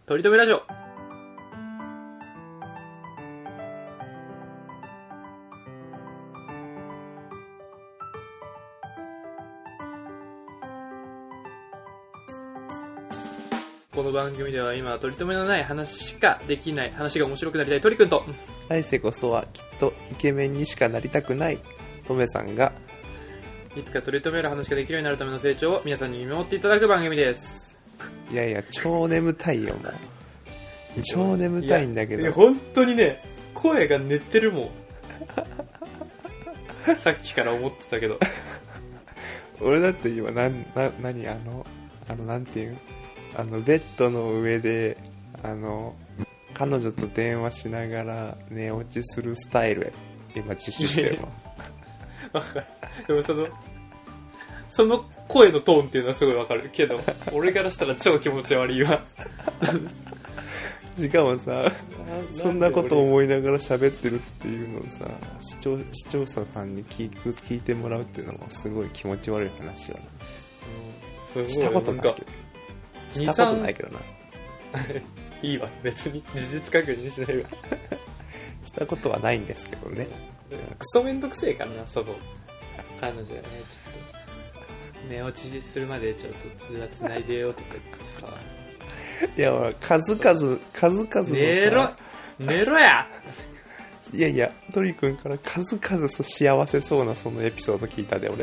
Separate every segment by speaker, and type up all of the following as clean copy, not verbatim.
Speaker 1: とりとめラジオ。この番組では今取り留めのない話しかできない、話が面白くなりたい鳥くんと、
Speaker 2: 来世こそはきっとイケメンにしかなりたくないトメさんが
Speaker 1: いつか取り留める話ができるようになるための成長を皆さんに見守っていただく番組です。
Speaker 2: いやいや超眠たいよ。もう超眠たいんだけど、
Speaker 1: 本当にね、声が寝てるもんさっきから思ってたけど
Speaker 2: 俺だって今何なんていうベッドの上で彼女と電話しながら寝落ちするスタイル今実施してるの。
Speaker 1: わかる。でもその声のトーンっていうのはすごいわかるけど、俺からしたら超気持ち悪いわ
Speaker 2: しかもさ、そんなこと思いながら喋ってるっていうのをさ、視聴者さんに聞いてもらうっていうのもすごい気持ち悪い話よな。すごいしたことないけど。したことないけどな。
Speaker 1: いいわ、別に事実確認しないわ
Speaker 2: したことはないんですけどね。
Speaker 1: クソめんどくせえからな、その彼女がね、ちょっと寝落ちするまでちょっと通話つないでよとか言ってさ
Speaker 2: いや、数々の
Speaker 1: 寝ろや
Speaker 2: いやトリ君から数々幸せそうなそのエピソード聞いたで俺。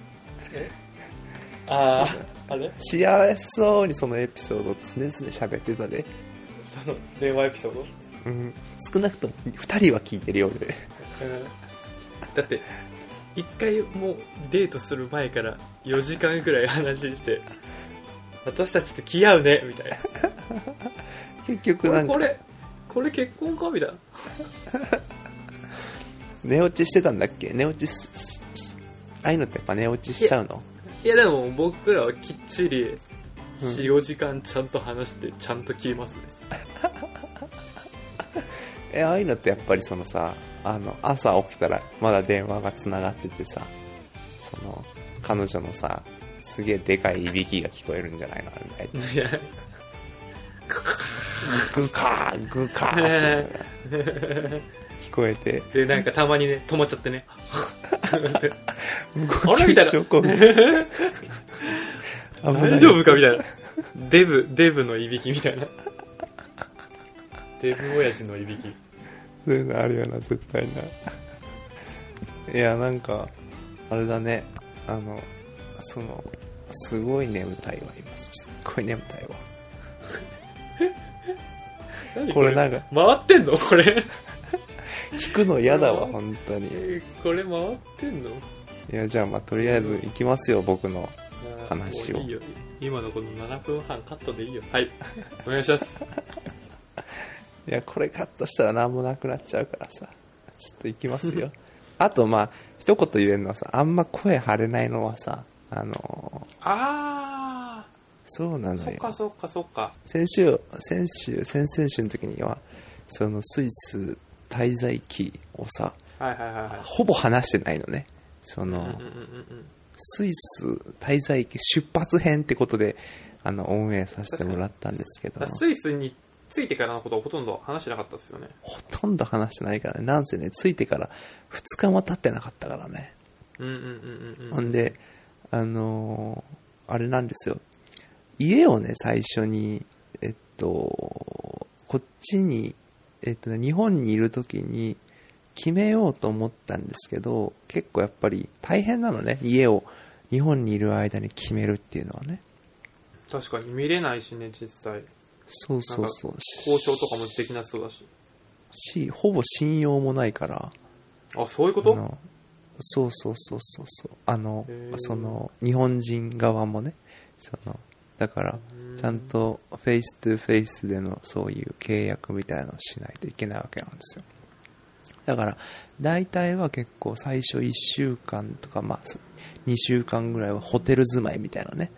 Speaker 1: あれ
Speaker 2: 幸せそうにそのエピソードを常々喋ってたで。
Speaker 1: その電話エピソード、
Speaker 2: 少なくとも2人は聞いてるよ俺。
Speaker 1: だって一回もうデートする前から4時間くらい話して私たちって気合うねみたいな
Speaker 2: 結局なんか
Speaker 1: これ結婚かみたいな
Speaker 2: 寝落ちしてたんだっけ。寝落ちああいうのってやっぱ寝落ちしちゃうの。
Speaker 1: いやでも僕らはきっちり 4,5 時間ちゃんと話してちゃんと切りますね
Speaker 2: ああいうのってやっぱりそのさ、朝起きたらまだ電話がつながっててさ、その彼女のさすげえでかいいびきが聞こえるんじゃないのあれみたいな。グカーって聞こえて、
Speaker 1: でなんかたまにね止まっちゃってねあれみたいな大丈夫かみたいなデブのいびきみたいなデブ親父のいびき、
Speaker 2: そういうのあるよな絶対な。いやなんかあれだね、すごい眠たいわ今。すっごい眠たいわこれなんか
Speaker 1: 回ってんのこれ
Speaker 2: 聞くの嫌だわ本当に。
Speaker 1: これ回ってんの。
Speaker 2: いやじゃあとりあえず行きますよ僕の話を。
Speaker 1: いいよ、今のこの7分半カットでいいよ。はいお願いします
Speaker 2: いやこれカットしたら何もなくなっちゃうからさ、ちょっと行きますよあと一言言えるのはさ、あんま声張れないのはさ、そうなのよ。
Speaker 1: そっか。
Speaker 2: 先々週の時にはそのスイス滞在期をさ、ほぼ話してないのね。その、スイス滞在期出発編ってことでオンエアさせてもらったんですけど、
Speaker 1: スイスに着いてからのことはほとんど話してなかったですよね。
Speaker 2: ほとんど話してないからね。なんせね、着いてから2日も経ってなかったからね。ほんであれなんですよ、家をね最初にこっちに日本にいる時に決めようと思ったんですけど、結構やっぱり大変なのね、家を日本にいる間に決めるっていうのはね。
Speaker 1: 確かに見れないしね実際。
Speaker 2: そう交
Speaker 1: 渉とかもできなそうだし、
Speaker 2: ほぼ信用もないから。
Speaker 1: あ、そういうこと。
Speaker 2: そうその日本人側もね、だからちゃんとフェイストゥフェイスでのそういう契約みたいなのをしないといけないわけなんですよ。だから大体は結構最初1週間とか2週間ぐらいはホテル住まいみたいなね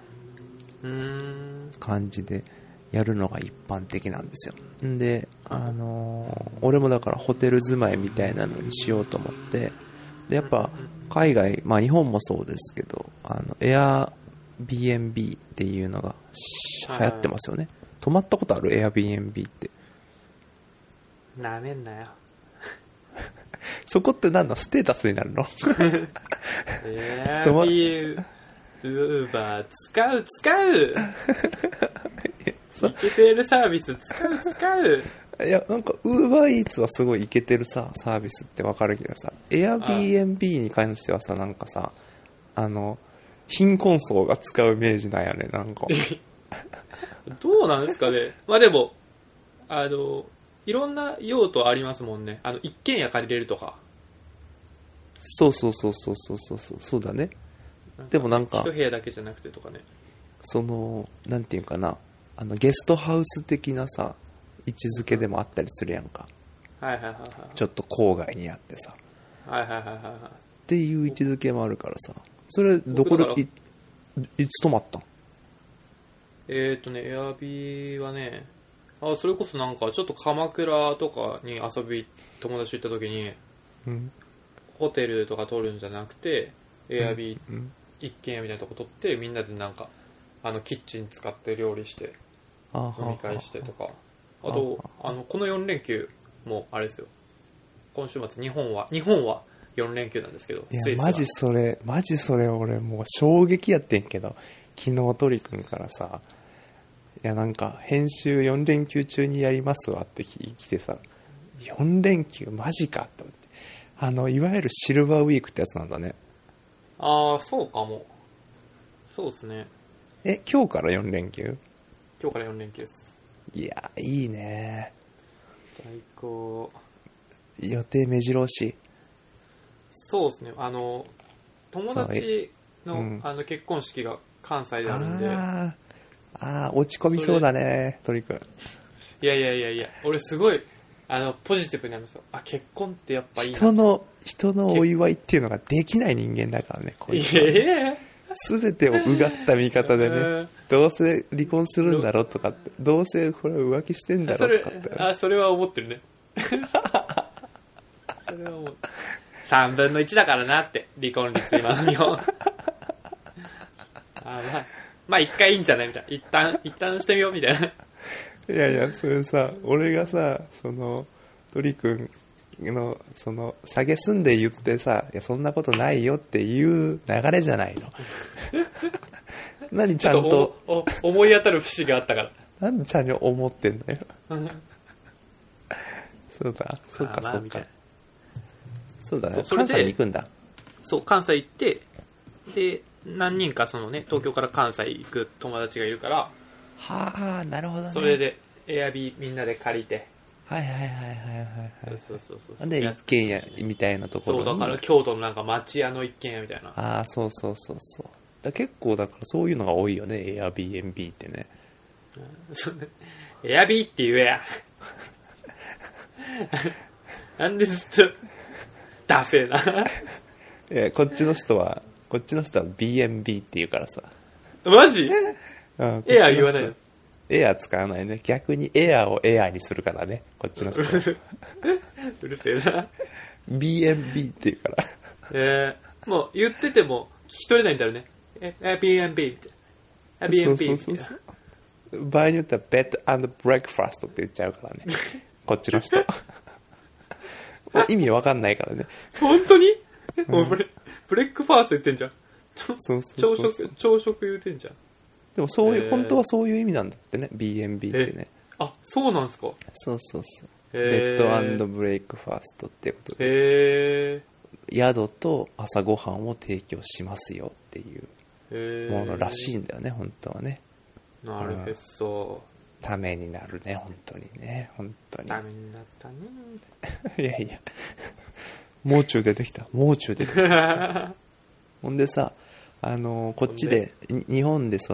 Speaker 2: 感じでやるのが一般的なんですよ。で俺もだからホテル住まいみたいなのにしようと思って、でやっぱ海外、日本もそうですけどエア BNB っていうのが流行ってますよね。 泊まったことある Airbnb って。
Speaker 1: なめんなよ。
Speaker 2: そこって何のステータスになるの？
Speaker 1: Airbnb、Uber、使うイケてるサービス使う。
Speaker 2: いや、なんか UberEats はすごいイケてるさ、サービスってわかるけどさ、Airbnb に関してはさ、なんかさ、貧困層が使うイメージなんやね、なんか。
Speaker 1: どうなんですかね。まあでも、いろんな用途ありますもんね。一軒家借りれるとか。
Speaker 2: そうだね。でもなんか、
Speaker 1: 一部屋だけじゃなくてとかね。
Speaker 2: なんていうかな、ゲストハウス的なさ、位置づけでもあったりするやんか。
Speaker 1: はいはいはいはい。
Speaker 2: ちょっと郊外にあってさ。
Speaker 1: はいはいはいはい。
Speaker 2: っていう位置づけもあるからさ。それ、どこで、いつ泊まったん？
Speaker 1: エアビーはね、それこそなんかちょっと鎌倉とかに友達行った時に、
Speaker 2: うん、
Speaker 1: ホテルとか取るんじゃなくて、エアビー一軒家みたいなとこ取って、みんなでなんか、キッチン使って料理して、飲み会してとか。あと、この4連休もあれですよ。今週末、日本は4連休なんですけど、
Speaker 2: いや、マジそれ俺もう衝撃やってんけど、昨日トリ君からさ、いやなんか編集4連休中にやりますわって来てさ、4連休マジかって思って。いわゆるシルバーウィークってやつなんだね。
Speaker 1: ああ、そうかも。そうですね。
Speaker 2: 今日から4連休？
Speaker 1: 今日から4連休です。
Speaker 2: いや、いいね。
Speaker 1: 最高。
Speaker 2: 予定目白押し。
Speaker 1: そうですね。友達の、結婚式が関西であるんで。
Speaker 2: 落ち込みそうだね、鳥くん。
Speaker 1: いや、俺すごい、ポジティブになりますよ。結婚ってやっぱいいな。
Speaker 2: 人のお祝いっていうのができない人間だからね、こういう。すべてをうがった見方でね、どうせ離婚するんだろとかって、どうせこれ浮気してんだろとかって。
Speaker 1: それは思ってるね。それは思う。3分の1だからなって、離婚率今の日本。まあ一回いいんじゃないみたいな。一旦してみようみたいな。い
Speaker 2: や、それさ、俺がさ、鳥くんの、下げすんで言ってさ、いや、そんなことないよっていう流れじゃないの。何ちゃんと
Speaker 1: 思い当たる節があったから。
Speaker 2: 何ちゃんに思ってんのよ。そうか。そうだね。関西に行くんだ。
Speaker 1: そう、関西行って、で、何人か東京から関西行く友達がいるから、
Speaker 2: はあ、なるほどね。
Speaker 1: それで、エアビーみんなで借りて。
Speaker 2: はい。
Speaker 1: そう。
Speaker 2: で、一軒家みたいなところに。
Speaker 1: そう、だから京都のなんか町屋の一軒家みたいな。
Speaker 2: そう。結構だからそういうのが多いよね、エアビー NB ってね。
Speaker 1: エアビーって言えや。なんでずっと、ダセーな。
Speaker 2: いや、こっちの人は BNB って言うからさ。
Speaker 1: マジ？エア言わないの？
Speaker 2: エア使わないね。逆にエアをエアにするからね、こっちの人は。
Speaker 1: うるせえな。
Speaker 2: BNB って言うから。
Speaker 1: もう言ってても聞き取れないんだろうね。BNB って。BNB って。
Speaker 2: 場合によっては Bed and Breakfast って言っちゃうからね。こっちの人。意味わかんないからね。
Speaker 1: 本当に？もうブレックファースト言ってんじゃん。朝食言うてんじゃん。
Speaker 2: でも本当はそういう意味なんだってね、BNB ってね。
Speaker 1: そうなんすか？
Speaker 2: そう。ベッド&ブレイクファーストっていうことで。宿と朝ごはんを提供しますよっていうものらしいんだよね、本当はね。
Speaker 1: なるへそ。
Speaker 2: ためになるね、本当にね、本当に。
Speaker 1: ためになった
Speaker 2: い
Speaker 1: ね。
Speaker 2: や。もう中出てきた。ほんでさ、こっちで、日本で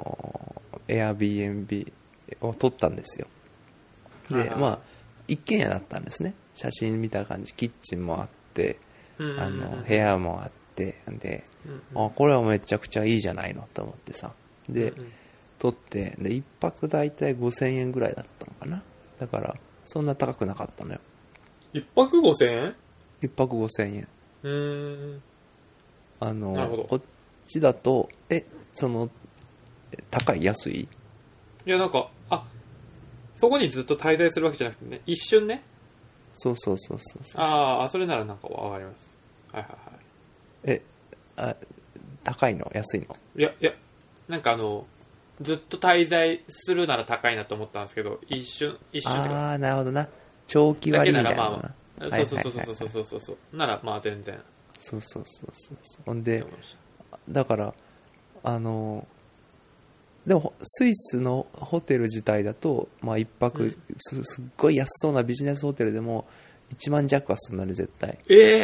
Speaker 2: Airbnb を取ったんですよ。で、一軒家だったんですね。写真見た感じ、キッチンもあって、部屋もあって、で、これはめちゃくちゃいいじゃないのと思ってさ。で、取って、で、一泊だいたい5000円ぐらいだったのかな。だから、そんな高くなかったのよ。
Speaker 1: 一泊5000円？
Speaker 2: 一泊5000
Speaker 1: 円。
Speaker 2: なるほど。こっちだと、高い安い？
Speaker 1: いや、なんか、 そこにずっと滞在するわけじゃなくてね、一瞬ね。
Speaker 2: そうそう。
Speaker 1: ああ、それならなんかわかります。はいはい
Speaker 2: はい。高いの安いの？
Speaker 1: いや、なんかずっと滞在するなら高いなと思ったんですけど、一瞬
Speaker 2: ああ、なるほどな。長期割みたいな。
Speaker 1: まあ、そうならまあ全然。
Speaker 2: そう。ほんで、だから、でもスイスのホテル自体だと、まあ一泊、すっごい安そうなビジネスホテルでも1万弱はするんだね、絶対。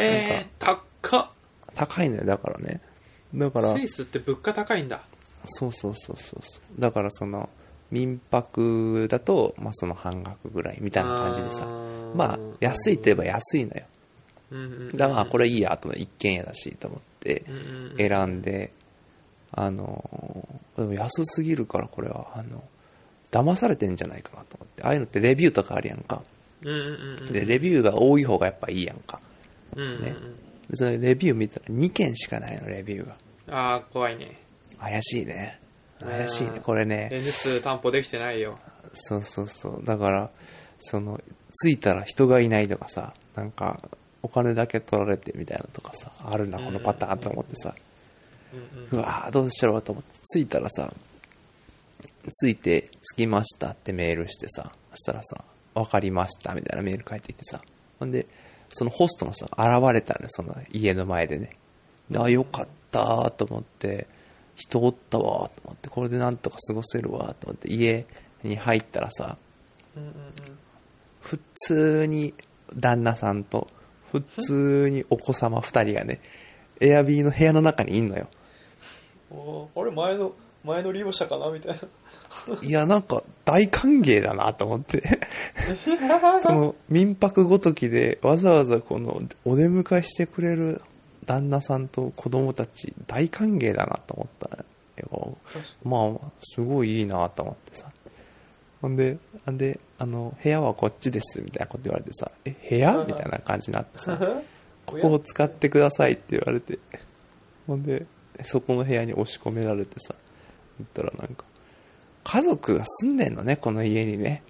Speaker 2: 高いのよ、だからね。
Speaker 1: スイスって物価高いんだ。
Speaker 2: そう。だから民泊だと、まあその半額ぐらいみたいな感じでさ。まあ安いといえば安いのよ。だからまあこれいいやと、一軒家だしと思って選んで、でも安すぎるからこれは騙されてんじゃないかなと思って。ああいうのってレビューとかあるやんか。でレビューが多い方がやっぱいいやんか。ね。でそれレビュー見たら2件しかないの、レビューが。
Speaker 1: ああ、怖いね。
Speaker 2: 怪しいねこれね。
Speaker 1: N2 担保できてないよ。
Speaker 2: そう。だから着いたら人がいないとかさ、なんかお金だけ取られてみたいなとかさ、あるなこのパターンと思ってさ、うわーどうしたろうと思って着いたらさ、着きましたってメールしてさ、そしたらさ、分かりましたみたいなメール返ってきてさ、ほんでそのホストの人が現れたのよ、その家の前でね。あ、よかったと思って、人おったわと思って、これでなんとか過ごせるわと思って家に入ったらさ、普通に旦那さんと普通にお子様2人がね、エアビーの部屋の中にいんのよ。
Speaker 1: あれ前の利用者かなみたいな。
Speaker 2: いや、なんか大歓迎だなと思ってこの民泊ごときでわざわざこのお出迎えしてくれる旦那さんと子供たち大歓迎だなと思ったよ。まあすごいいいなと思ってさ、ほんで部屋はこっちですみたいなこと言われてさ、部屋みたいな感じになってさここを使ってくださいって言われて、ほんでそこの部屋に押し込められてさ、言ったらなんか家族が住んでんのね、この家にね。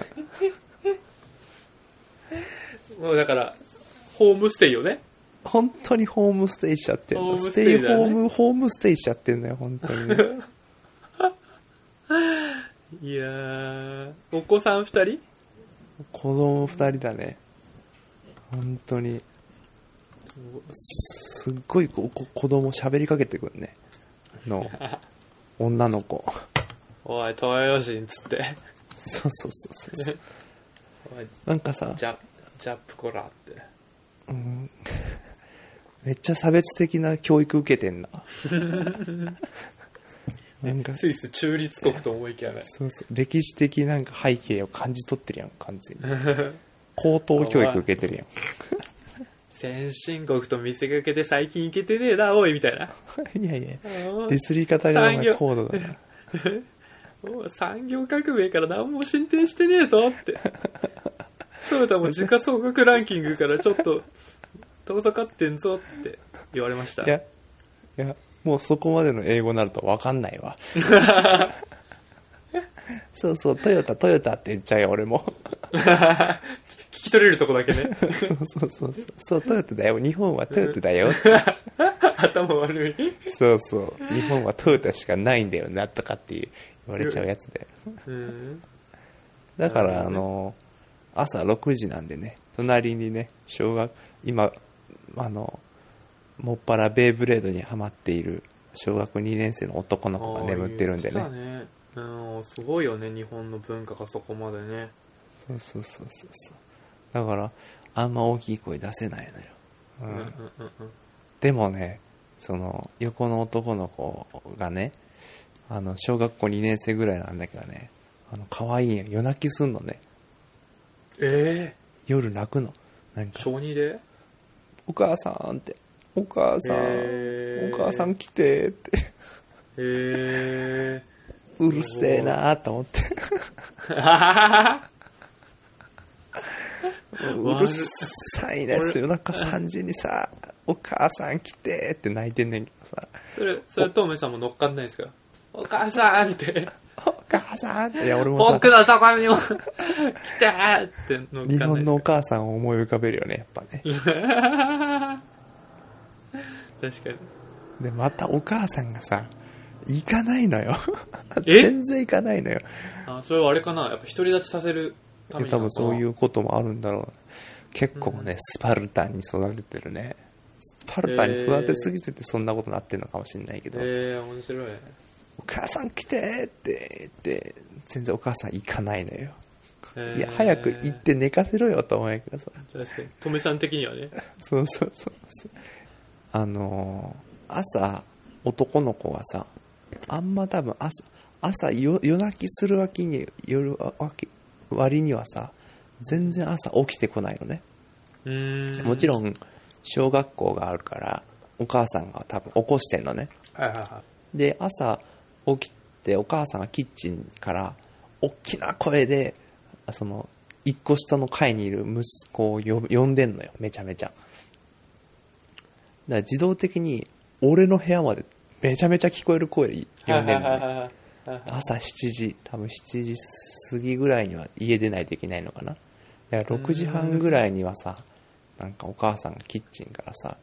Speaker 1: もうだからホームステイよね。
Speaker 2: 本当にホームステイしちゃってんの。ステイホームステイしちゃってんのよ、本当にね。
Speaker 1: いやー、お子さん2人？
Speaker 2: 子供2人だね。本当にすっごい子供喋りかけてくるね。女の子。
Speaker 1: おい、東洋人っつって。
Speaker 2: そう。なんかさ、
Speaker 1: ジャップコラって。
Speaker 2: めっちゃ差別的な教育受けてんな。なんか
Speaker 1: スイス中立国と思いきやない。
Speaker 2: そう歴史的なんか背景を感じ取ってるやん、完全に。高等教育受けてるやん。
Speaker 1: 先進国と見せかけて最近いけてねえなおいみたいな。
Speaker 2: いやディスり方が高度だな。
Speaker 1: 産業革命から何も進展してねえぞって。トヨタも時価総額ランキングからちょっと遠ざかってんぞって言われました。
Speaker 2: いやもうそこまでの英語になると分かんないわ。そうトヨタって言っちゃうよ俺も。
Speaker 1: 聞き取れるとこだけね。
Speaker 2: そうトヨタだよ、日本はトヨタだよ。
Speaker 1: 頭悪い。
Speaker 2: そう日本はトヨタしかないんだよなとかって言われちゃうやつで。だから朝6時なんでね、隣にね、今もっぱらベイブレードにハマっている小学2年生の男の子が眠ってるんでね。
Speaker 1: すごいよね、日本の文化がそこまでね。
Speaker 2: そうだからあんま大きい声出せないのよ。でもね、その横の男の子がね、小学校2年生ぐらいなんだけどね、可愛いんよ。夜泣きすんのね。夜泣くの。なんか
Speaker 1: 小2で
Speaker 2: お母さんって、お母さん来てって。うるせえなと思って。うるさいですよ。なんか3時にさ、お母さん来てって泣いてんねんけどさ。
Speaker 1: それトーメさんも乗っかんないですか？お母さんって。
Speaker 2: 母さんって、いや俺もさ、
Speaker 1: 僕のところにも来てーっての
Speaker 2: 日本のお母さんを思い浮かべるよね、やっぱね。
Speaker 1: 確かに。
Speaker 2: で、またお母さんがさ、行かないのよ。全然行かないのよ。
Speaker 1: あ、それはあれかな、やっぱ独り立ちさせるために。
Speaker 2: 多分そういうこともあるんだろう。結構ね、スパルタンに育ててるね。スパルタンに育てすぎててそんなことになってるのかもしれないけど。
Speaker 1: 面白い。
Speaker 2: お母さん来てって言って、全然お母さん行かないのよ。いや、早く行って寝かせろよと思うんやけどさ。
Speaker 1: 確かに。トメさん的にはね。
Speaker 2: そう。朝、男の子はさ、あんま多分朝夜泣きする割にはさ、全然朝起きてこないのね。もちろん小学校があるからお母さんが多分起こしてんのね。で、朝起きてお母さんがキッチンから大きな声でその一個下の階にいる息子を呼んでんのよ、めちゃめちゃ。だから自動的に俺の部屋までめちゃめちゃ聞こえる声で呼んでんのね。朝7時、多分7時過ぎぐらいには家出ないといけないのかな。だから6時半ぐらいにはさ、なんかお母さんがキッチンからさ、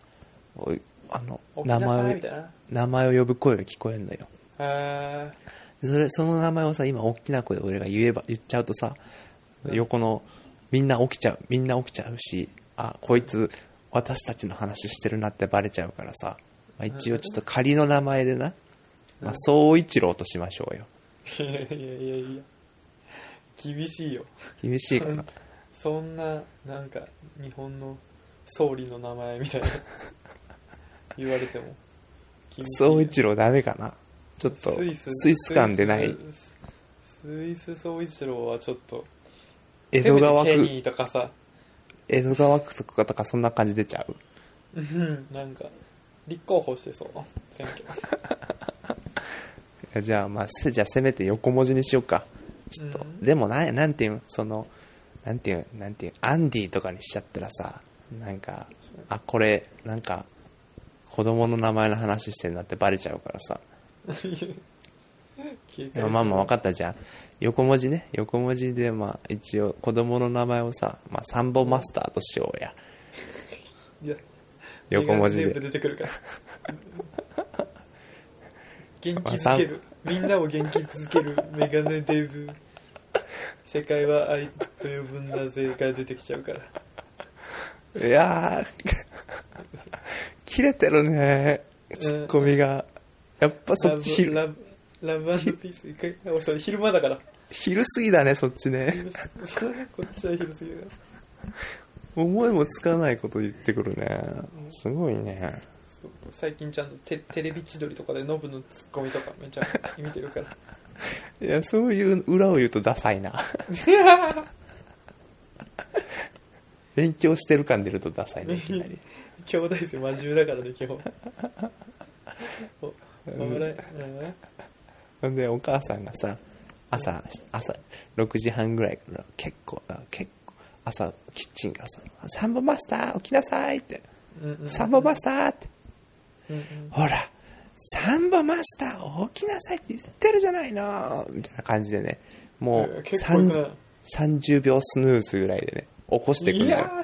Speaker 2: 名前を呼ぶ声が聞こえるのよ。その名前をさ、今大きな声で俺が言っちゃうとさ、横のみんな起きちゃうし、あ、こいつ私たちの話してるなってバレちゃうからさ、一応ちょっと仮の名前でな、総一郎としましょうよ。
Speaker 1: いや厳しいよ。
Speaker 2: 厳しいかな。
Speaker 1: そんななんか日本の総理の名前みたいな言われても厳しい。
Speaker 2: 総一郎ダメかな。ちょっとスイス感でない。
Speaker 1: スイス総一郎はちょっと
Speaker 2: 江戸川区
Speaker 1: ケニーとかさ、
Speaker 2: 江戸川区とかそんな感じ出ちゃう。
Speaker 1: なんか立候補してそう選挙。
Speaker 2: じゃあせめて横文字にしようか。ちょっと、でもなんていうアンディとかにしちゃったらさ、なんかこれなんか子供の名前の話してるなってバレちゃうからさ。まあ分かった。じゃあ横文字ね。横文字で一応子供の名前をさ、サンボマスターとしようや。
Speaker 1: いや、
Speaker 2: 横文字で
Speaker 1: 出てくるから元気づける、みんなを元気づけるメガネデブ、世界は愛と呼ぶんだぜが出てきちゃうから。
Speaker 2: いや切れてるね、ツッコミが。やっぱそっち
Speaker 1: ラブピースそれ昼間だから。
Speaker 2: 昼過ぎだね、そっちね。
Speaker 1: こっちは昼過ぎだ。
Speaker 2: 思いもつかないこと言ってくるね。すごいね。
Speaker 1: 最近ちゃんとテレビ千鳥とかでノブのツッコミとかめちゃ見てるから。
Speaker 2: いや、そういう裏を言うとダサいな。勉強してる感出るとダサいね。
Speaker 1: 兄弟生真面目だからね、基本。
Speaker 2: なんでお母さんがさ、朝6時半ぐらいから結構朝キッチンからさ、サンボマスター起きなさいって、サンボマスターって、ほらサンボマスター起きなさいって言ってるじゃないのみたいな感じでね、もう30秒スヌーズぐらいでね起こしてくるのよ。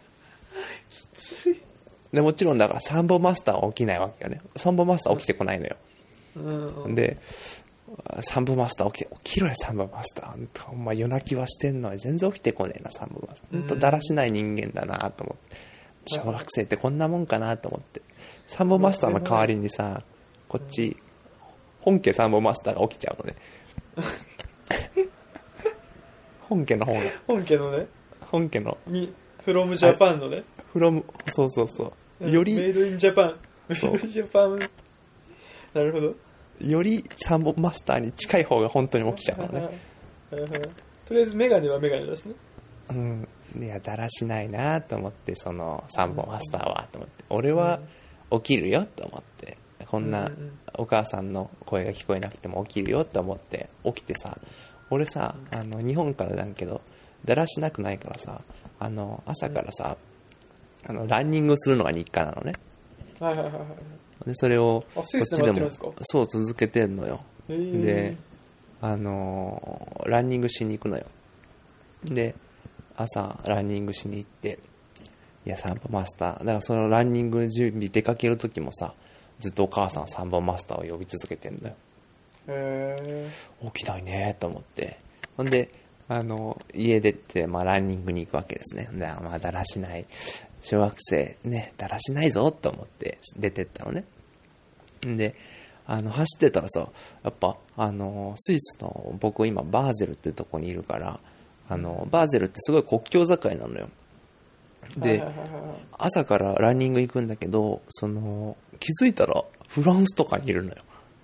Speaker 2: でもちろんだからサンボマスターは起きないわけよね。サンボマスター起きてこないのよ。で、サンボマスター起きろよ、サンボマスター。お前夜泣きはしてんのに全然起きてこねえな、サンボマスター。ほんとだらしない人間だなと思って。小学生ってこんなもんかなと思って。サンボマスターの代わりにさ、こっち、本家サンボマスターが起きちゃうのね。本家の方が。
Speaker 1: 本家のね。
Speaker 2: 本家の。
Speaker 1: フロムジャパンのね。
Speaker 2: そう。より、
Speaker 1: メイドインジャパン。メイドインジャパン。なるほど。
Speaker 2: よりサンボマスターに近い方が本当に起きちゃうのね。
Speaker 1: とりあえずメガネはメガネだしね。
Speaker 2: いや、だらしないなと思って、そのサンボマスターはと思って、俺は起きるよと思って、こんなお母さんの声が聞こえなくても起きるよと思って起きてさ、俺さ、日本からだけどだらしなくないからさ、朝からさ、ランニングするのが日課なのね。でそれをこっちでもそう続けてんのよ。でランニングしに行くのよ。で、朝ランニングしに行って、いや、サンボマスター。だからそのランニング準備出かける時もさ、ずっとお母さんサンボマスターを呼び続けてんだよ。起きないねと思って。ほんで、家出て、ランニングに行くわけですね。だらしない、小学生ね、だらしないぞと思って出てったのね。で、走ってたらさ、やっぱ、スイスの、僕今バーゼルってとこにいるから、バーゼルってすごい国境境なのよ。で、朝からランニング行くんだけど、気づいたらフランスとかにいるのよ。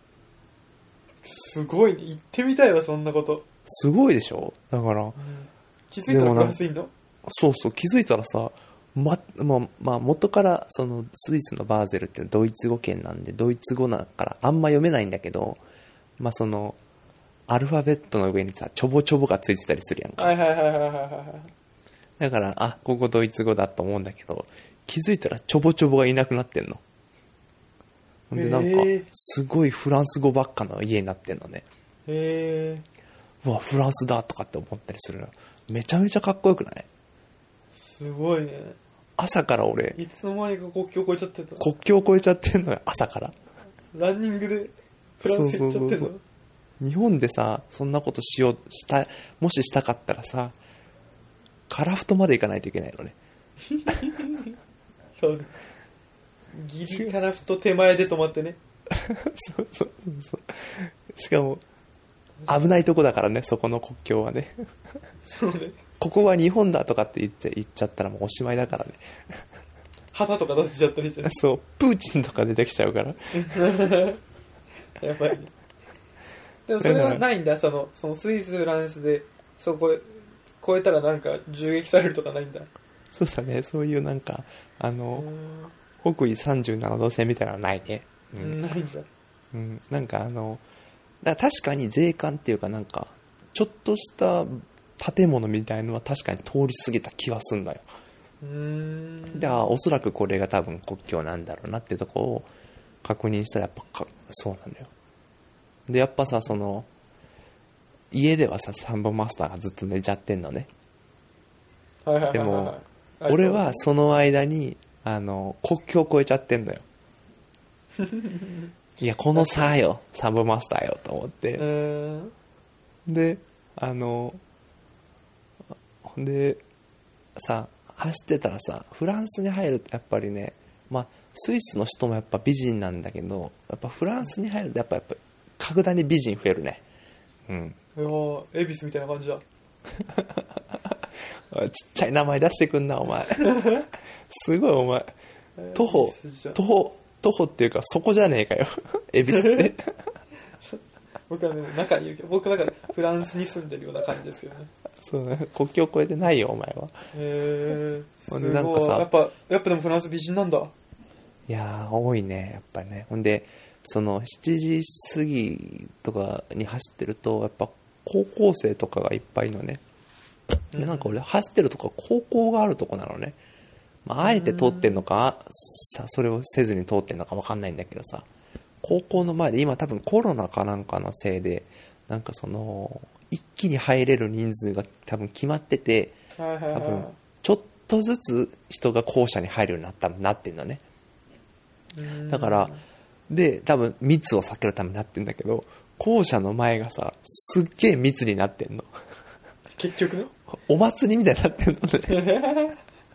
Speaker 1: すごいね。行ってみたいわ、そんなこと。
Speaker 2: すごいでしょ。だから、
Speaker 1: 気づいたらフランスいんの？
Speaker 2: そうそう、気づいたらさ、元からそのスイスのバーゼルってドイツ語圏なんで、ドイツ語だからあんま読めないんだけど、アルファベットの上にさ、ちょぼちょぼがついてたりするやんか。だから、ここドイツ語だと思うんだけど、気づいたらちょぼちょぼがいなくなってんの。で、なんか、すごいフランス語ばっかの家になってんのね。うわ、フランスだとかって思ったりするの。めちゃめちゃかっこよくない？
Speaker 1: すごいね。
Speaker 2: 朝から俺、
Speaker 1: いつの間にか国境越えちゃってた。
Speaker 2: 国境越えちゃってんのよ、朝から。
Speaker 1: ランニングでフランス行っちゃってんの？
Speaker 2: 日本でさ、そんなこともししたかったらさ、カラフトまで行かないといけないのね。
Speaker 1: そうね。ギリカラフト手前で止まってね。
Speaker 2: そう。しかも、危ないとこだからね、そこの国境はね。
Speaker 1: そうね。
Speaker 2: ここは日本だとかって言っちゃったらもうおしまいだからね。
Speaker 1: 旗とか出せちゃったりして、ね。
Speaker 2: そう、プーチンとか出てきちゃうから。
Speaker 1: やばいね。でもそれはないんだ、そのスイス、フランスで、そこ越えたらなんか銃撃されるとかないんだ。
Speaker 2: そうだね、そういうなんか、北緯37度線みたいなのはないね。
Speaker 1: ないんだ。
Speaker 2: なんかだから確かに税関っていうかなんか、ちょっとした建物みたいのは確かに通り過ぎた気はすんだよ。だからおそらくこれが多分国境なんだろうなっていうところを確認したらやっぱそうなんだよ。で、やっぱさ、家ではさ、サンボマスターがずっと寝ちゃってんのね。でも、俺はその間に、国境を越えちゃってんだよ。いや、この差よ、サンボマスターよ、と思って。で、で、さ、走ってたらさ、フランスに入るとやっぱりね、スイスの人もやっぱ美人なんだけど、やっぱフランスに入るとやっぱ格段に美人増えるね。
Speaker 1: いやー、恵比寿みたいな感じだ。
Speaker 2: ちっちゃい名前出してくんな、お前。すごい、お前。徒歩っていうか、そこじゃねえかよ。恵比寿って。
Speaker 1: 僕はね、中にいるけど、僕なんかフランスに住んでるような感じですよね。
Speaker 2: そうね、国境越えてないよ、お前は。
Speaker 1: すごい。なんかさ、やっぱでもフランス美人なんだ。
Speaker 2: いやー、多いね、やっぱりね。ほんで、7時過ぎとかに走ってると、やっぱ高校生とかがいっぱいいるのね。で、なんか俺走ってるとこ高校があるとこなのね。あえて通ってんのか、それをせずに通ってんのか分かんないんだけどさ、高校の前で今多分コロナかなんかのせいで、なんか一気に入れる人数が多分決まってて、多分ちょっとずつ人が校舎に入るようになってんのね。だから、で、多分密を避けるためになってんだけど、校舎の前がさ、すっげえ密になってんの。
Speaker 1: 結局ね。
Speaker 2: お祭りみたいになってんのね。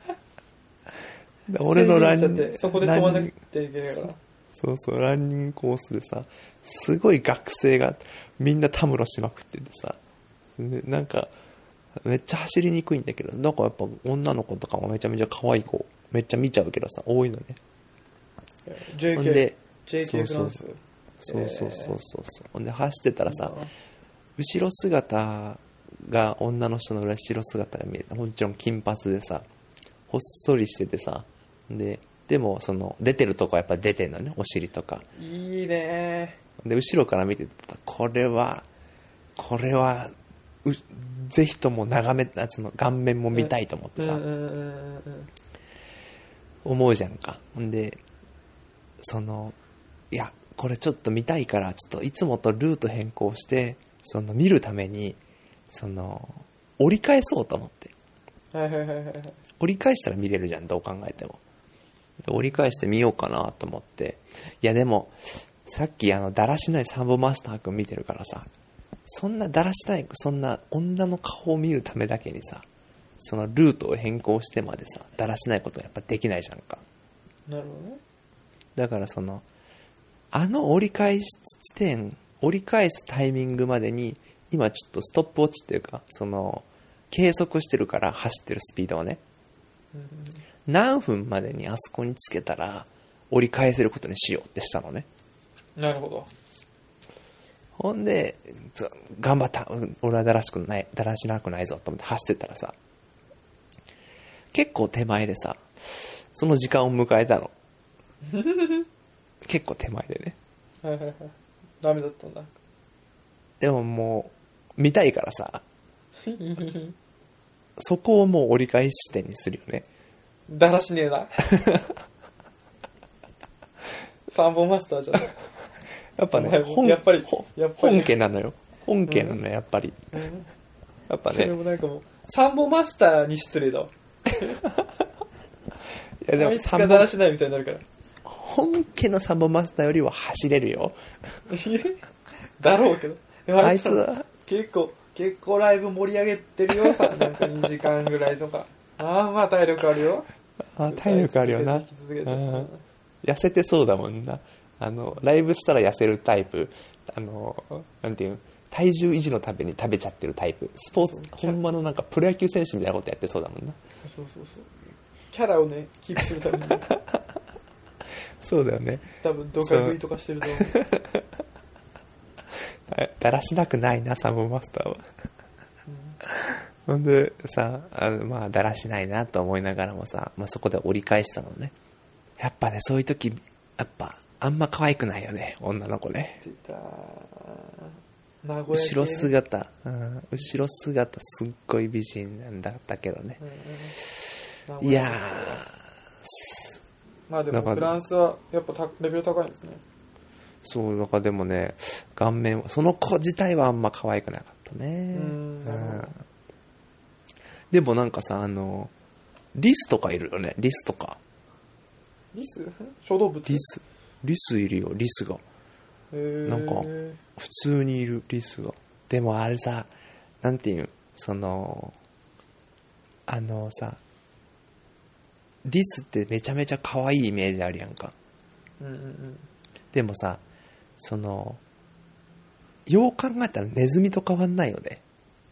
Speaker 2: 俺のランニング、
Speaker 1: そこで飛ばなきゃいけないから。
Speaker 2: そう、ランニングコースでさ、すごい学生がみんなたむろしまくっててさ、でなんか、めっちゃ走りにくいんだけど、なんかやっぱ女の子とかもめちゃめちゃ可愛い子、めっちゃ見ちゃうけどさ、多いのね。
Speaker 1: JK フランス。
Speaker 2: そう。ほんで走ってたらさ、後ろ姿が女の人の後ろ姿が見えた。もちろん金髪でさ、ほっそりしててさ、でも出てるとこはやっぱ出てんのね、お尻とか。
Speaker 1: いいね。
Speaker 2: で、後ろから見てたら、これはぜひとも顔面も見たいと思ってさ、思うじゃんか。んで、いや、これちょっと見たいから、ちょっといつもとルート変更して、 その見るためにその折り返そうと思って、折り返したら見れるじゃん、どう考えても。折り返してみようかなと思って、いやでもさっきだらしないサンボマスター君見てるからさ、そんなだらしない、そんな女の顔を見るためだけにさ、そのルートを変更してまでさ、だらしないことはやっぱできないじゃんか。
Speaker 1: なるほどね。
Speaker 2: だからその折り返し地点、折り返すタイミングまでに今ちょっとストップウォッチっていうか、その計測してるから、走ってるスピードをね、何分までにあそこにつけたら折り返せることにしようってしたのね。
Speaker 1: なるほど。
Speaker 2: ほんで頑張った、俺はだらしなくないぞと思って走ってたらさ、結構手前でさ、その時間を迎えたの。結構手前でね。
Speaker 1: ダメだったんだ。
Speaker 2: でももう見たいからさ、そこをもう折り返し地点にするよね。
Speaker 1: だらしねえな。サンボマスターじゃん。
Speaker 2: やっぱね、
Speaker 1: やっぱり
Speaker 2: 本家なのよ。本家なのよ、やっぱり。やっぱね。そ
Speaker 1: れもなんかもう、サンボマスターに失礼だわ。いやでもあいつがだらしないみたいになるから。
Speaker 2: 本家のサンボマスターよりは走れるよ。
Speaker 1: だろうけど。
Speaker 2: あいつは
Speaker 1: 結構ライブ盛り上げてるよ。なんか2時間ぐらいとか。まあ体力あるよ。
Speaker 2: 体力あるよな。痩せてそうだもんな。ライブしたら痩せるタイプ。なんていう、体重維持のために食べちゃってるタイプ。スポーツ、ほんまのなんかプロ野球選手みたいなことやってそうだもんな。
Speaker 1: そうキャラをね、キープするために。
Speaker 2: そうだよね。
Speaker 1: 多分ドカ食いとかしてると思う。
Speaker 2: だらしなくないな、サンボマスターは。ほんでさ、まあだらしないなと思いながらもさ、まあ、そこで折り返したのね。やっぱね、そういう時やっぱあんま可愛くないよね、女の子ね。後ろ姿、後ろ姿すっごい美人なんだったけどね。いや
Speaker 1: まあでもフランスはやっぱレベル高いんですね。
Speaker 2: そうだからでもね、顔面はその子自体はあんま可愛くなかったね。でもなんかさ、リスとかいるよね。リスとか。
Speaker 1: リス？小動物？
Speaker 2: リスいるよ、リスが。なんか普通にいるリスが。でもあれさ、なんていう、そのさ、リスってめちゃめちゃ可愛いイメージあるやんか。でもさ、そのよう考えたらネズミと変わんないよね。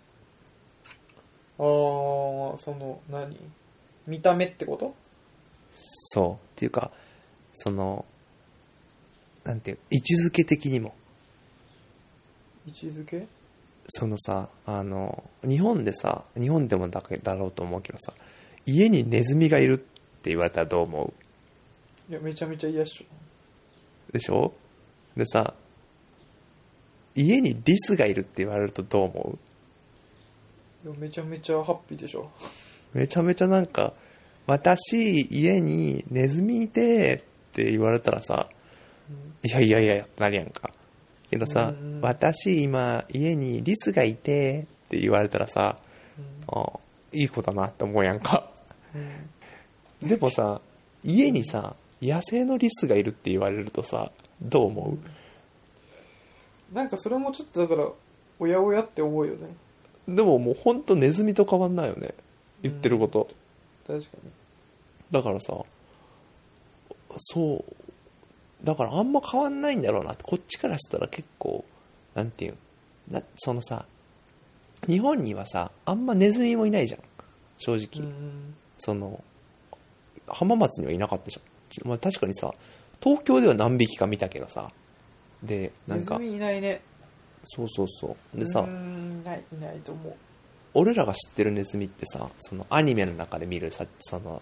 Speaker 1: その何？見た目ってこと？
Speaker 2: そうっていうか、そのなんていう、位置づけ的にも。
Speaker 1: 位置づけ？
Speaker 2: そのさ、日本でもだろうと思うけどさ、家にネズミがいるって言われたらどう思
Speaker 1: う？いや、めちゃめちゃ嫌っしょ。
Speaker 2: でしょ？でさ、家にリスがいるって言われるとどう思
Speaker 1: う？いや、めちゃめちゃハッピーでしょ。
Speaker 2: めちゃめちゃなんか、私家にネズミいてって言われたらさ、いやってなるやんか。けどさ、私今家にリスがいてって言われたらさ、いい子だなって思うやんか。でもさ、家にさ、野生のリスがいるって言われるとさ、どう思
Speaker 1: う？なんかそれもちょっとだからおやおやって思うよね。
Speaker 2: でももうほんとネズミと変わんないよね、言ってること。
Speaker 1: 確かに。
Speaker 2: だからさ、そうだからあんま変わんないんだろうなって、こっちからしたら結構なんていうそのさ、日本にはさあんまネズミもいないじゃん正直。その浜松にはいなかったじゃん。まあ、確かにさ東京では何匹か見たけどさ、でなんか
Speaker 1: ネズミいないね。
Speaker 2: そうでさ、い
Speaker 1: ないと思う。
Speaker 2: 俺らが知ってるネズミってさ、そのアニメの中で見るさ、その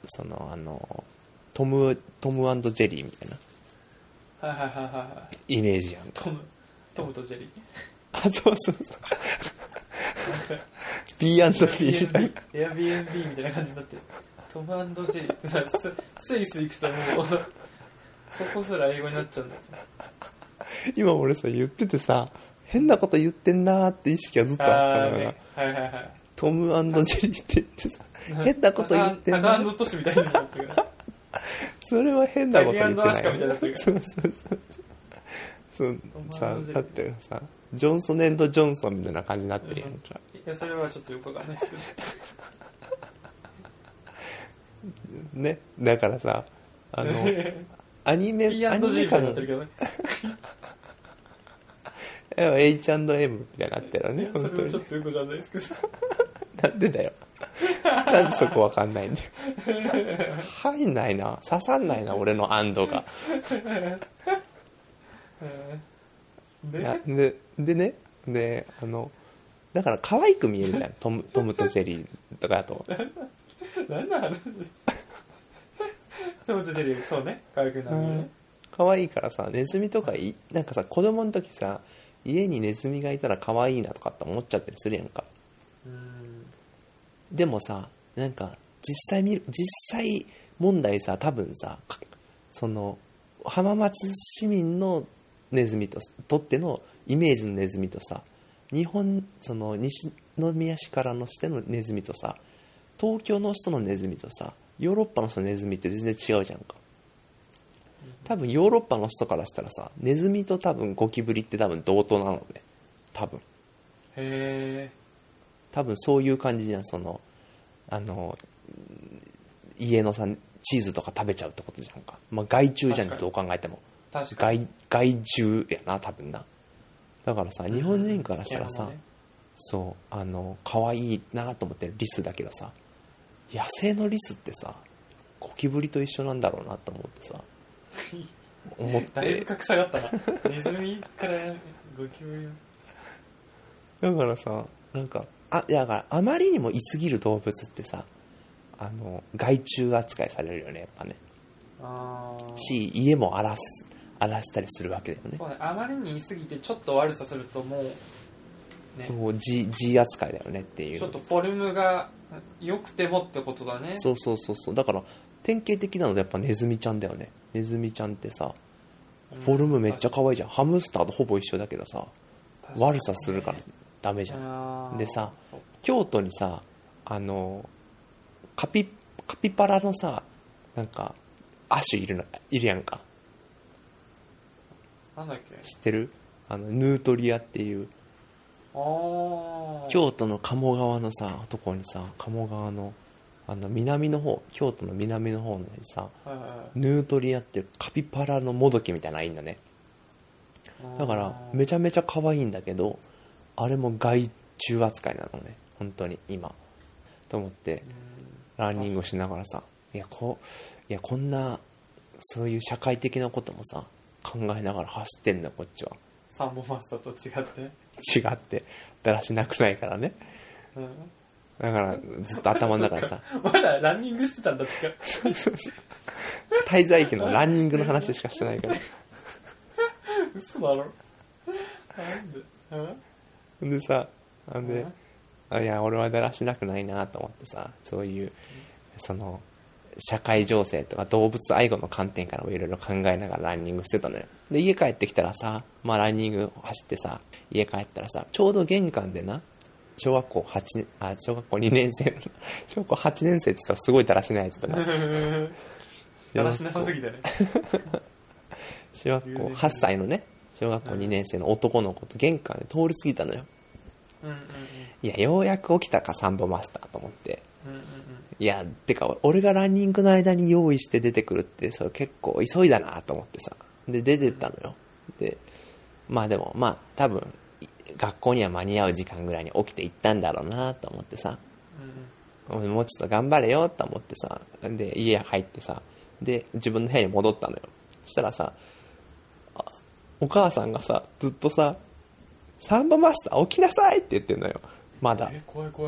Speaker 2: トム&ジェリーみたいなイメージやんか。
Speaker 1: トムとジェリー。
Speaker 2: あ、そうB&B みたいな。
Speaker 1: エア B&B みたいな感じになってる。トム&ジェリー。スイス行くともうそこすら英語になっちゃうんだ。
Speaker 2: 今俺さ言っててさ、 変なこと言ってんなーって意識はずっとあったのが、
Speaker 1: ね、はいはいはい。
Speaker 2: トム&ジェリーって言ってさ、変なこと言ってん
Speaker 1: な。タカ&トシみたいになってる。そ
Speaker 2: れは変なこと言ってないよ。
Speaker 1: そう
Speaker 2: さ、だってさ、ジョンソン&ジョンソンみたいな感じになってるやんか。
Speaker 1: いや、それはちょっとよくわかんないですけど。
Speaker 2: ね、だからさ、アニメ感がH&M みたいになってるね。
Speaker 1: それもちょっとよくわかんないですけど。
Speaker 2: なんでだよ。なんでそこわかんないんだよ。入んないな。刺さんないな、俺の安堵が。でね、だから可愛く見えるじゃん。トムとジェリーとかだと。
Speaker 1: 何の話トムとジェリー、そうね。可愛くなるね。
Speaker 2: 可愛いからさ、ネズミとかなんかさ、子供の時さ、家にネズミがいたら可愛いなとかって思っちゃったりするやんか。でもさ、なんか実際問題さ、多分さ、その浜松市民のネズミとってのイメージのネズミとさ、その西宮市からのしてのネズミとさ、東京の人のネズミとさ、ヨーロッパの人のネズミって全然違うじゃんか。多分ヨーロッパの人からしたらさ、ネズミと多分ゴキブリって多分同等なのね。多分。
Speaker 1: へー。
Speaker 2: 多分そういう感じじゃん。その家のさ、チーズとか食べちゃうってことじゃんか。まあ害虫じゃん、どう考えても。害虫やな、多分な。だからさ、日本人からしたらさ、そう可愛いなと思ってるリスだけどさ、野生のリスってさ、ゴキブリと一緒なんだろうなと思ってさ、思って。
Speaker 1: だいぶ格差があったな。ネズミからゴキブリ。
Speaker 2: だからさ、なんかだからあまりにもいすぎる動物ってさ、害虫扱いされるよね、やっぱね。家も荒らしたりするわけだよね。
Speaker 1: そうね、あまりに言い過ぎてちょっと悪さするともうね、
Speaker 2: もう G 扱いだよねっていう。
Speaker 1: ちょっとフォルムが良くてもってことだね。
Speaker 2: そうだから典型的なのでやっぱネズミちゃんだよね。ネズミちゃんってさ、フォルムめっちゃ可愛いじゃん。ハムスターとほぼ一緒だけどさ、悪さするからダメじゃん。でさ、京都にさ、カピバラのさ、なんか亜種いるやんか。
Speaker 1: なんだっけ？
Speaker 2: 知ってる？ヌートリアっていう、京都の鴨川のさとこにさ、鴨川の南の方、京都の南の方にさ、ヌートリアっていうカピバラのもどきみたいなのがいいんだね。だからめちゃめちゃ可愛いんだけど、あれも害虫扱いなのね、本当に今と思って、ランニングをしながらさ、いやこんなそういう社会的なこともさ考えながら走ってんのよ、こっちは。
Speaker 1: サンボマスターと違
Speaker 2: ってだらしなくないからね、だからずっと頭の中でさ
Speaker 1: まだランニングしてたんだってか
Speaker 2: 滞在期のランニングの話しかしてないから
Speaker 1: 嘘だろ。なん
Speaker 2: でさ、いや俺はだらしなくないなと思ってさ、そういうその社会情勢とか動物愛護の観点からもいろいろ考えながらランニングしてたのよ。で家帰ってきたらさ、まあランニング走ってさ、家帰ったらさ、ちょうど玄関でな、小学校2年生小学校8年生って言ったらすごいだらしないやつだな
Speaker 1: だらしなさすぎたね
Speaker 2: 小学校8歳のね、小学校2年生の男の子と玄関で通り過ぎたのよ。いやようやく起きたかサンボマスターと思って、いやてか俺がランニングの間に用意して出てくるってそれ結構急いだなと思ってさ、で出てったのよ。ででも多分学校には間に合う時間ぐらいに起きて行ったんだろうなと思ってさ、もうちょっと頑張れよと思ってさ、で家入ってさ、で自分の部屋に戻ったのよ。そしたらさ、お母さんがさずっとさ、サンボマスター起きなさいって言ってんのよ。まだ
Speaker 1: 怖い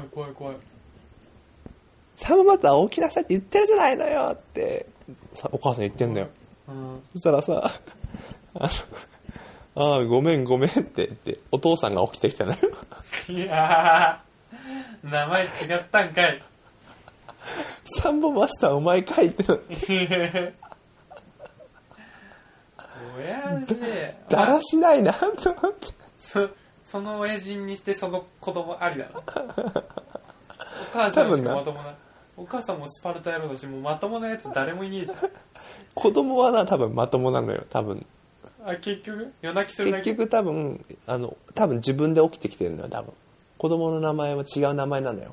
Speaker 2: サンボマスター起きなさいって言ってるじゃないのよってお母さん言ってんだよ。そしたらさ、ごめんって言ってお父さんが起きてきたのよ。
Speaker 1: いやー、名前違ったんかい。
Speaker 2: サンボマスターお前かいってなって
Speaker 1: 親父
Speaker 2: だらしないなと思って。
Speaker 1: その親父にしてその子供ありだな。お母さんしかまともな、お母さんもスパルタ野郎だし、もうまともなやつ誰もいねえじゃん。
Speaker 2: 子供はな、多分まともなのよ、多分。
Speaker 1: あ、結局夜泣きするだけ。
Speaker 2: 結局多分自分で起きてきてるのよ、多分。子供の名前は違う名前なのよ。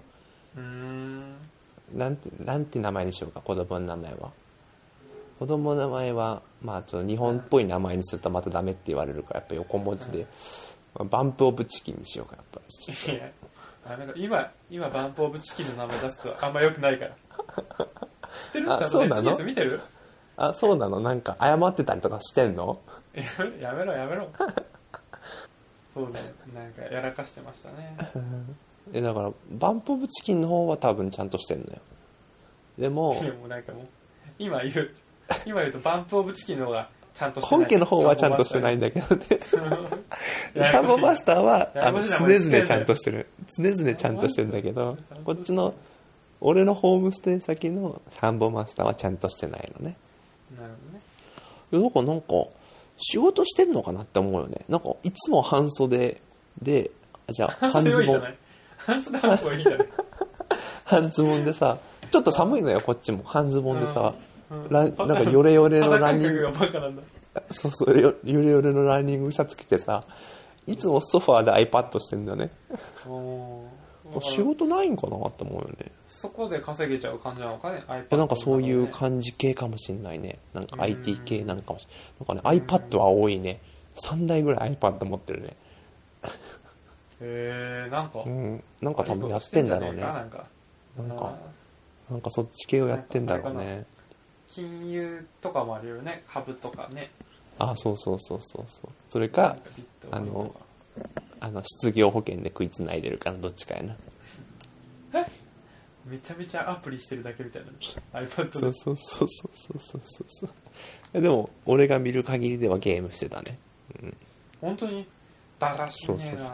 Speaker 2: なんて名前にしようか、子供の名前は。子供の名前は、まあ、ちょっと日本っぽい名前にするとまたダメって言われるから、やっぱ横文字で、バンプオブチキンにしようか、やっぱり。
Speaker 1: いや、今バンプオブチキンの名前出すとあんま良くないから。知ってる？
Speaker 2: あ、そうなの？
Speaker 1: ネットニュース見てる？
Speaker 2: あ、そうなの？なんか謝ってたりとかしてんの？
Speaker 1: やめろ。そうね、なんかやらかしてましたね。
Speaker 2: だからバンプオブチキンの方は多分ちゃんとしてんのよ。でも
Speaker 1: うなんかもう今言うとバンプオブチキンの方がちゃんとしてない。
Speaker 2: 本家の方はちゃんとしてないんだけどね。サンボマスターは常々ちゃんとしてる。常々ちゃんとしてるんだけど、こっちの俺のホームステイ先のサンボマスターはちゃんとしてないのね。
Speaker 1: なるほどね。
Speaker 2: なんか仕事してんのかなって思うよね。なんかいつも半袖で、じゃあ半ズボン。
Speaker 1: 半袖半ズボンいいじゃない。
Speaker 2: 半ズボンでさ、ちょっと寒いのよ、こっちも。半ズボンでさ、なんかヨレヨレのランニング。そう、ヨレヨレのランニングシャツ着てさ、いつもソファーで iPad してんだよね。仕事ないんかなって思うよね。
Speaker 1: そこで稼げちゃう感じなのかね、
Speaker 2: iPad。なんかそういう感じ系かもしんないね。なんか IT 系なんかもしれない。なんかね、iPad は多いね。3台ぐらい iPad 持ってるね。
Speaker 1: なんか。
Speaker 2: なんか多分やってんだろうね。なんかそっち系をやってんだろうね。
Speaker 1: 金融とかもあるよね、株とかね。
Speaker 2: あ、そう。それか、失業保険で食いつないでるからどっちかやな。
Speaker 1: めちゃめちゃアプリしてるだけみたいな iPad で。
Speaker 2: そうでも俺が見る限りではゲームしてたね。
Speaker 1: 本当にだらしねえな。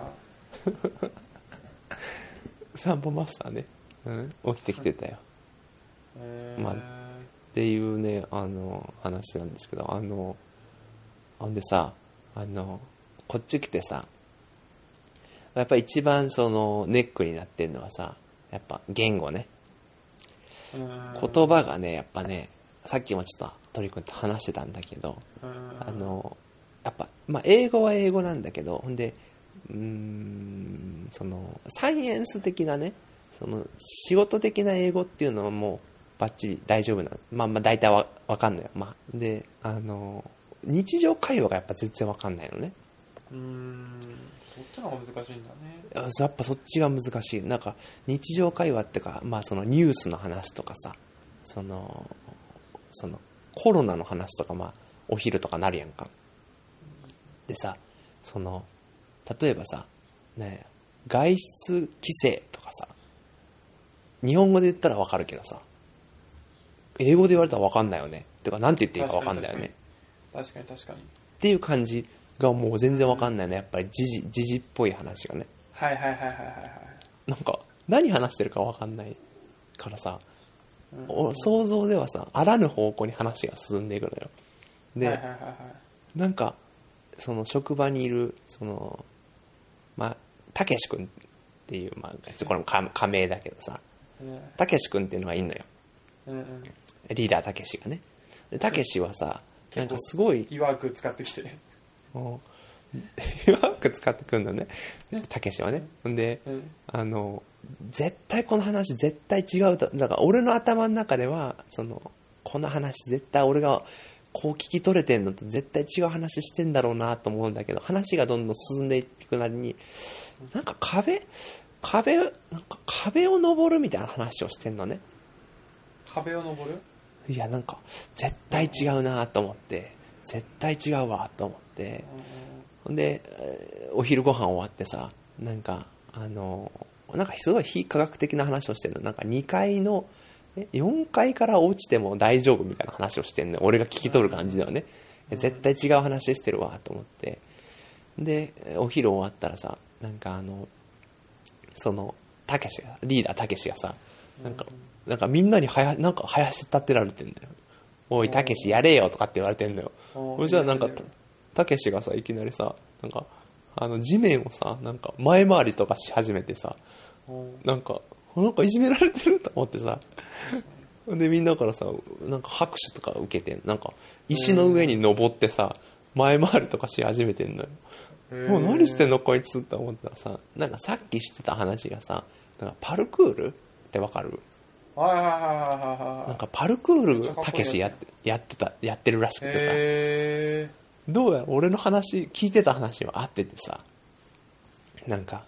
Speaker 2: サンボマスターね、起きてきてたよ。まあっていうね、話なんですけど、ほんでさ、こっち来てさ、やっぱ一番そのネックになってるのはさ、やっぱ言語ね。言葉がね、やっぱね、さっきもちょっと鳥くんと話してたんだけど、やっぱ、まあ英語は英語なんだけど、ほんで、そのサイエンス的なね、その仕事的な英語っていうのはもうバッチリ大丈夫なの。まあ大体わかんないよ。まあで、日常会話がやっぱ全然わかんないのね。
Speaker 1: そっちの方が難しいんだね。
Speaker 2: やっぱそっちが難しい。なんか日常会話ってか、まあそのニュースの話とかさ、そのコロナの話とか、まあお昼とかなるやんか。でさ、例えばさ、ね、外出規制とかさ、日本語で言ったらわかるけどさ、英語で言われたらわかんないよね。てかなんて言っていいかわかんないよね。
Speaker 1: 確かに。
Speaker 2: っていう感じがもう全然わかんないね。やっぱり時事っぽい話がね。
Speaker 1: はい。
Speaker 2: なんか何話してるかわかんないからさ、想像ではさ、あらぬ方向に話が進んでいくのよ。で、なんかその職場にいるまあたけし君っていう、まあこれも仮名だけどさ、たけし君っていうのがいるのよ。リーダーたけしがね。でたけしはさ、なんかすごい
Speaker 1: いわく使ってきてね。
Speaker 2: いわく使ってくんのね、たけしはね。んで、絶対この話絶対違うと、だから俺の頭の中ではこの話絶対俺がこう聞き取れてんのと絶対違う話してんだろうなと思うんだけど、話がどんどん進んでいくなりに、なんか壁を登るみたいな話をしてんのね。
Speaker 1: 壁を登る？
Speaker 2: いや、なんか絶対違うなと思って、絶対違うわと思って、でお昼ご飯終わってさ、なんかすごい非科学的な話をしてるの。なんか2階の4階から落ちても大丈夫みたいな話をしてんの。俺が聞き取る感じではね、絶対違う話してるわと思って、でお昼終わったらさ、なんかたけしが、リーダーたけしがさ、なんかみんなになんか林立てられてんだよ。おいたけしやれよとかって言われてんだよ。そしたらなんかたけしがさ、いきなりさ、なんか地面をさ、なんか前回りとかし始めてさ、なんかいじめられてると思ってさ、でみんなからさ、なんか拍手とか受けて、なんか石の上に登ってさ、前回りとかし始めてんのよ。もう何してんのこいつって思ったらさ、なんかさっきしてた話がさ、なんかパルクールってわかる？なんかパルクールたけしやってるらしくてさ、どうやら俺の話聞いてた話は合っててさ、なんか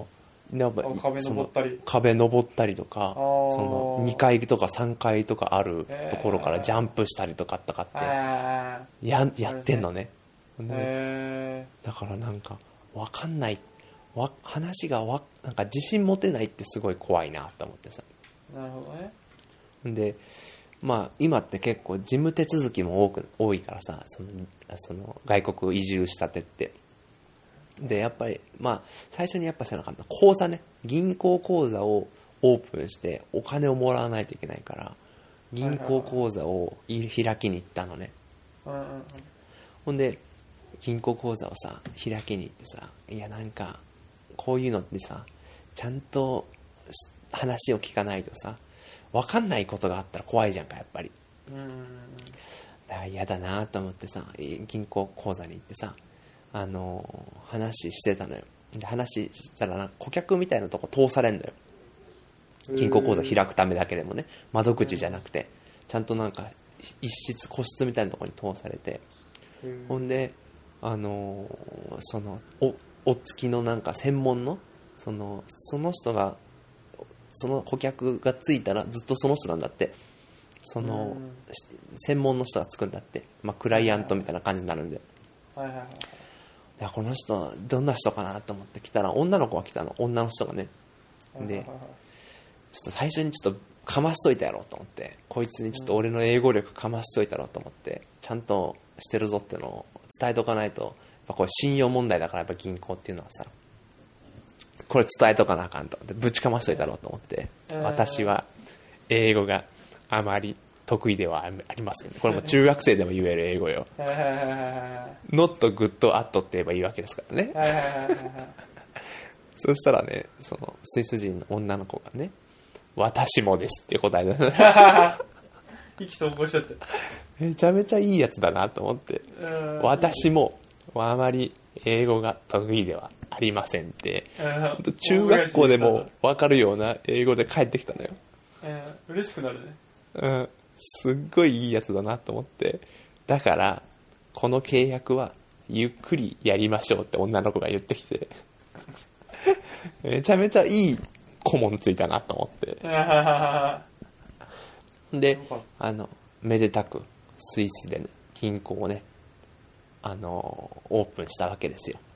Speaker 2: 壁登ったりとか、その2階とか3階とかあるところからジャンプしたりとかってやってんのね。だからなんかわかんない、話がなんか自信持てないってすごい怖いなと思ってさ。
Speaker 1: なるほどね。
Speaker 2: でまあ今って結構事務手続きも多いからさ、その外国移住したてって、でやっぱりまあ最初にやっぱせなかった口座ね、銀行口座をオープンしてお金をもらわないといけないから、銀行口座を開きに行ったのね。ほんで銀行口座をさ開きに行ってさ、いやなんかこういうのってさ、ちゃんと話を聞かないとさ、分かんないことがあったら怖いじゃんか、やっぱり。だから嫌だなと思ってさ、銀行口座に行ってさ、話してたのよ。で話したら顧客みたいなとこ通されんのよ。銀行口座開くためだけでもね、窓口じゃなくてちゃんとなんか個室みたいなとこに通されて、ほんでそのお付きのなんか専門のその人が、その顧客がついたらずっとその人なんだって、その専門の人がつくんだって、まあ、クライアントみたいな感じになるんで、いやこの人どんな人かなと思って来たら、女の子が来たの、女の人がね。でちょっと最初にちょっとかましといたやろうと思って、こいつにちょっと俺の英語力かましといたろうと思って、ちゃんとしてるぞっていうのを伝えとかないと、やっぱこれ信用問題だから、やっぱ銀行っていうのはさ、これ伝えとかなあかんとぶちかましといたろうと思って、私は英語があまり得意ではありません。これも中学生でも言える英語よ。not good at って言えばいいわけですからね。そしたらね、そのスイス人の女の子がね、私もですって答えた。
Speaker 1: 意気投合しちゃって。
Speaker 2: めちゃめちゃいいやつだなと思って、私もあまり英語が得意ではありませんって、中学校でも分かるような英語で帰ってきたのよ。
Speaker 1: 嬉しくなる
Speaker 2: ね。すっごいいいやつだなと思って、だからこの契約はゆっくりやりましょうって女の子が言ってきて、めちゃめちゃいい顧問ついたなと思って。でめでたくスイスで、ね、銀行をねオープンしたわけですよ。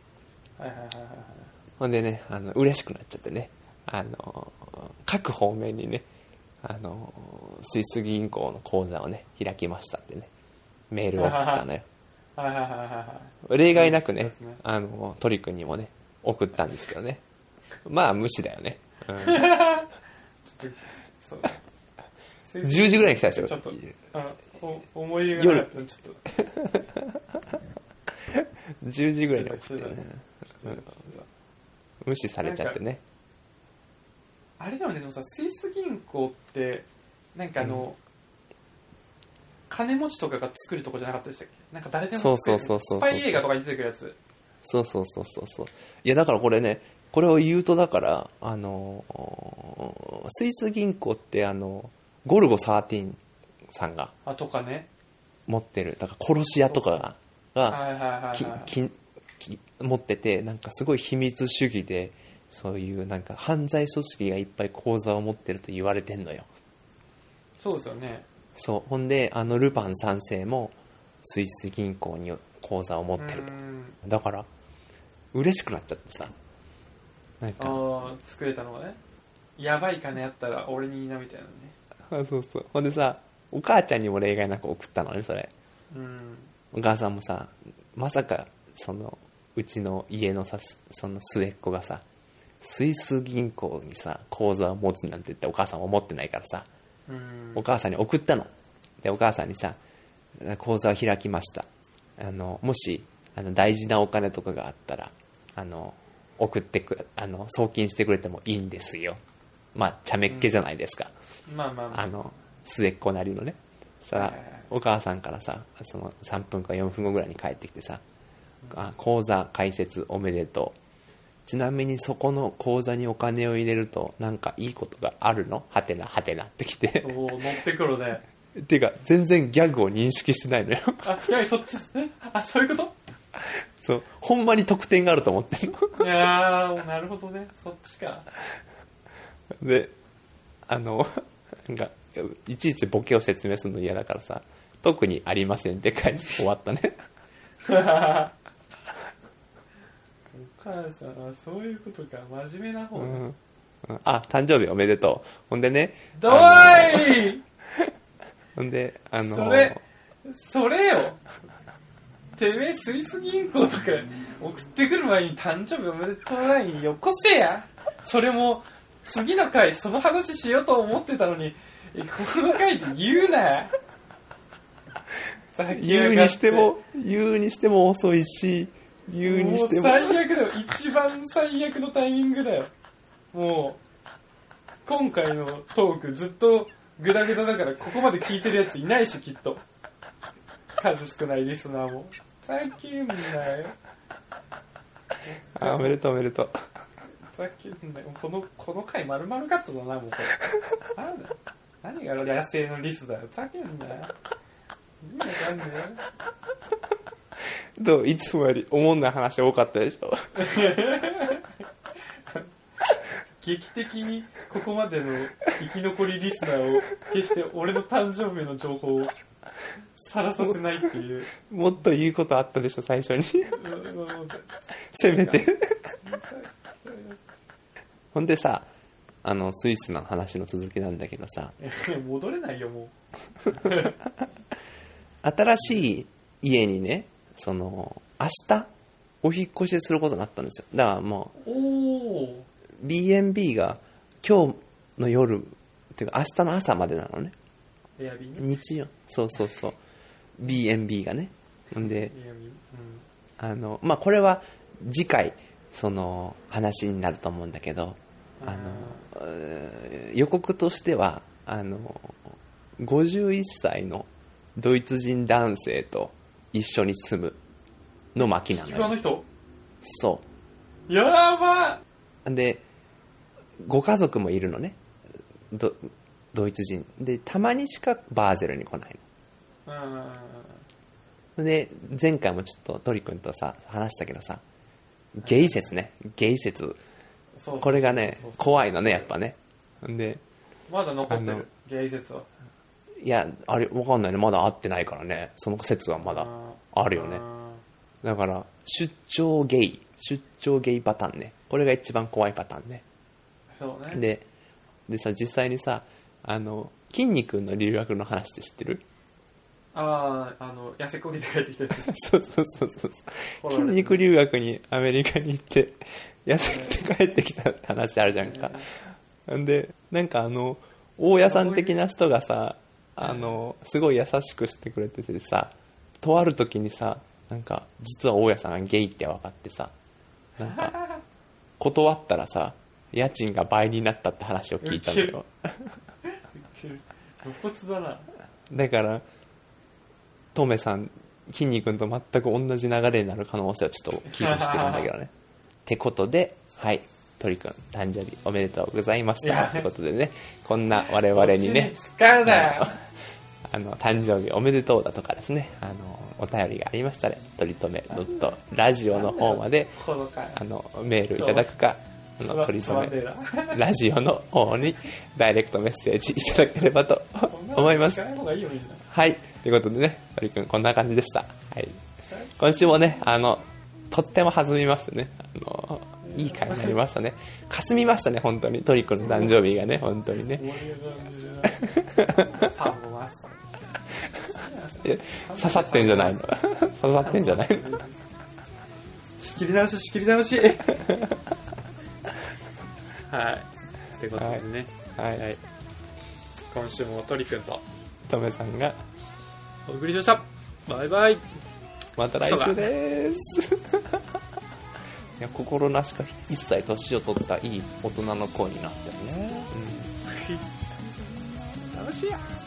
Speaker 2: ほんでね嬉しくなっちゃってね、各方面にねスイス銀行の口座をね開きましたってねメールを送ったのよ。例外なくね鳥くんにもね送ったんですけどね、まあ無視だよね。10時ぐらいに来たでしょ。
Speaker 1: ちょっと思い入れがなかったらちょっと
Speaker 2: 10時ぐらいに来て、ね、無視されちゃってね。
Speaker 1: あれでもね、でもさ、スイス銀行ってなんか金持ちとかが作るとこじゃなかったでしたっけ？なんか誰でも作れるスパイ映画とかに出てくるやつ。
Speaker 2: そう。いやだからこれね、これを言うとだからスイス銀行ってゴルゴ13さんが
Speaker 1: とかね
Speaker 2: 持ってる、だから殺し屋とかが持ってて、なんかすごい秘密主義で、そういうなんか犯罪組織がいっぱい口座を持ってると言われてんのよ。
Speaker 1: そうですよね。
Speaker 2: そう。ほんでルパン3世もスイス銀行に口座を持ってると。だから嬉しくなっちゃってさ、なんか
Speaker 1: 作れたのがね、やばい金あったら俺にいいなみたいなね。
Speaker 2: そう。ほんでさ、お母ちゃんにも例外なく送ったのね、それ。お母さんもさ、まさかうちの家のさ、その末っ子がさ、スイス銀行にさ口座を持つなんて言ってお母さんは思ってないからさ、お母さんに送ったの。でお母さんにさ、口座を開きました、もし大事なお金とかがあったら送って送金してくれてもいいんですよ。まあ茶目っ気じゃないですか、
Speaker 1: まあまあ、まあ、
Speaker 2: 末っ子なりのね。そしたらお母さんからさ、その3分か4分後ぐらいに帰ってきてさ、口座開設おめでとう、ちなみにそこの口座にお金を入れるとなんかいいことがあるの？はてなはてなってきて、
Speaker 1: お乗ってくるね。
Speaker 2: ていうか全然ギャグを認識してないのよ。
Speaker 1: いやそっちそういうこと。
Speaker 2: そう、ほんまに得点があると思ってんの。
Speaker 1: いやーなるほどね、そっちか。
Speaker 2: でなんかいちいちボケを説明するの嫌だからさ、特にありませんって返して終わったね。
Speaker 1: お母さんはそういうことか、真面目な方、
Speaker 2: 誕生日おめでとう。ほんでね、
Speaker 1: どーい
Speaker 2: ほんで
Speaker 1: それよ、てめえスイス銀行とか送ってくる前に誕生日おめでとうラインよこせや。それも次の回その話しようと思ってたのにこの回で言うな。
Speaker 2: 言うにしても遅いし、言うにしても
Speaker 1: 最悪だよ。一番最悪のタイミングだよ。もう今回のトークずっとグダグダだからここまで聞いてるやついないし、きっと数少ないリスナーも。さっきんだよ。
Speaker 2: おめでとうおめでとう。
Speaker 1: さっきんだよ。この回丸々カットだな、もうこれ。なんだ何が野生のリスだよ。さっきんだよ。いい感じだよ。
Speaker 2: どう、いつもよりおもんない話多かったでしょ。
Speaker 1: 劇的にここまでの生き残りリスナーを決して俺の誕生日の情報をさらさせないっていう。
Speaker 2: もっと言うことあったでしょ最初に。せめて。ほんでさ、スイスの話の続きなんだけどさ、
Speaker 1: 戻れないよも
Speaker 2: う。新しい家にね、明日お引っ越しすることになったんですよ。だからもう B&B が今日の夜っていうか明日の朝までなのね。日曜、そう B&B がね。んで、まあこれは次回その話になると思うんだけど、予告としては51歳のドイツ人男性と一緒に住むの巻なのよ。
Speaker 1: あの人？
Speaker 2: そう。
Speaker 1: やばっ。
Speaker 2: で、ご家族もいるのね。ドイツ人で、たまにしかバーゼルに来ないの。で、前回もちょっとトリ君とさ話したけどさ、ゲイ説ね、ゲイ説。これがね怖いのね、やっぱね。で、
Speaker 1: まだ残ってるゲイ説は。
Speaker 2: いや、あれわかんないね、まだ会ってないからね。その説はまだあるよね。だから出張ゲイパターンね。これが一番怖いパターンね。
Speaker 1: そうね。
Speaker 2: でさ、実際にさ、筋肉の留学の話って知ってる？
Speaker 1: 痩せこぎで帰ってきたやつ。
Speaker 2: そう筋肉留学にアメリカに行って痩せて帰ってきたって話あるじゃんか。で、なんか大家さん的な人がさ、すごい優しくしてくれててさ、とある時にさ、なんか実は大家さんがゲイって分かってさ、なんか断ったらさ、家賃が倍になったって話を聞いたのよ。
Speaker 1: 露骨だな。
Speaker 2: だからトメさん、筋肉と全く同じ流れになる可能性をちょっと危惧してるんだけどね。ってことで、はい、鳥くん誕生日おめでとうございましたってことでね、こんな我々にね、誕生日おめでとうだとかですね、お便りがありましたら、とりとめ.radio の方までメールいただくか、とりとめラジオの方にダイレクトメッセージいただければと思います。はい、ということでね、鳥くんこんな感じでした。はい、今週もね、とっても弾みましたね。いい回になりましたね。霞みましたね、本当に。トリ君の誕生日がね、本当にね。刺さってんじゃないの。刺さってんじゃないの。
Speaker 1: 仕切り直し。はい。ってことでね。はい。今週もトリ君と
Speaker 2: トメさんが
Speaker 1: お送りしました。バイバイ。
Speaker 2: また来週です。 いや、心なしか一切年を取ったいい大人の子になったよね。
Speaker 1: 楽しいや。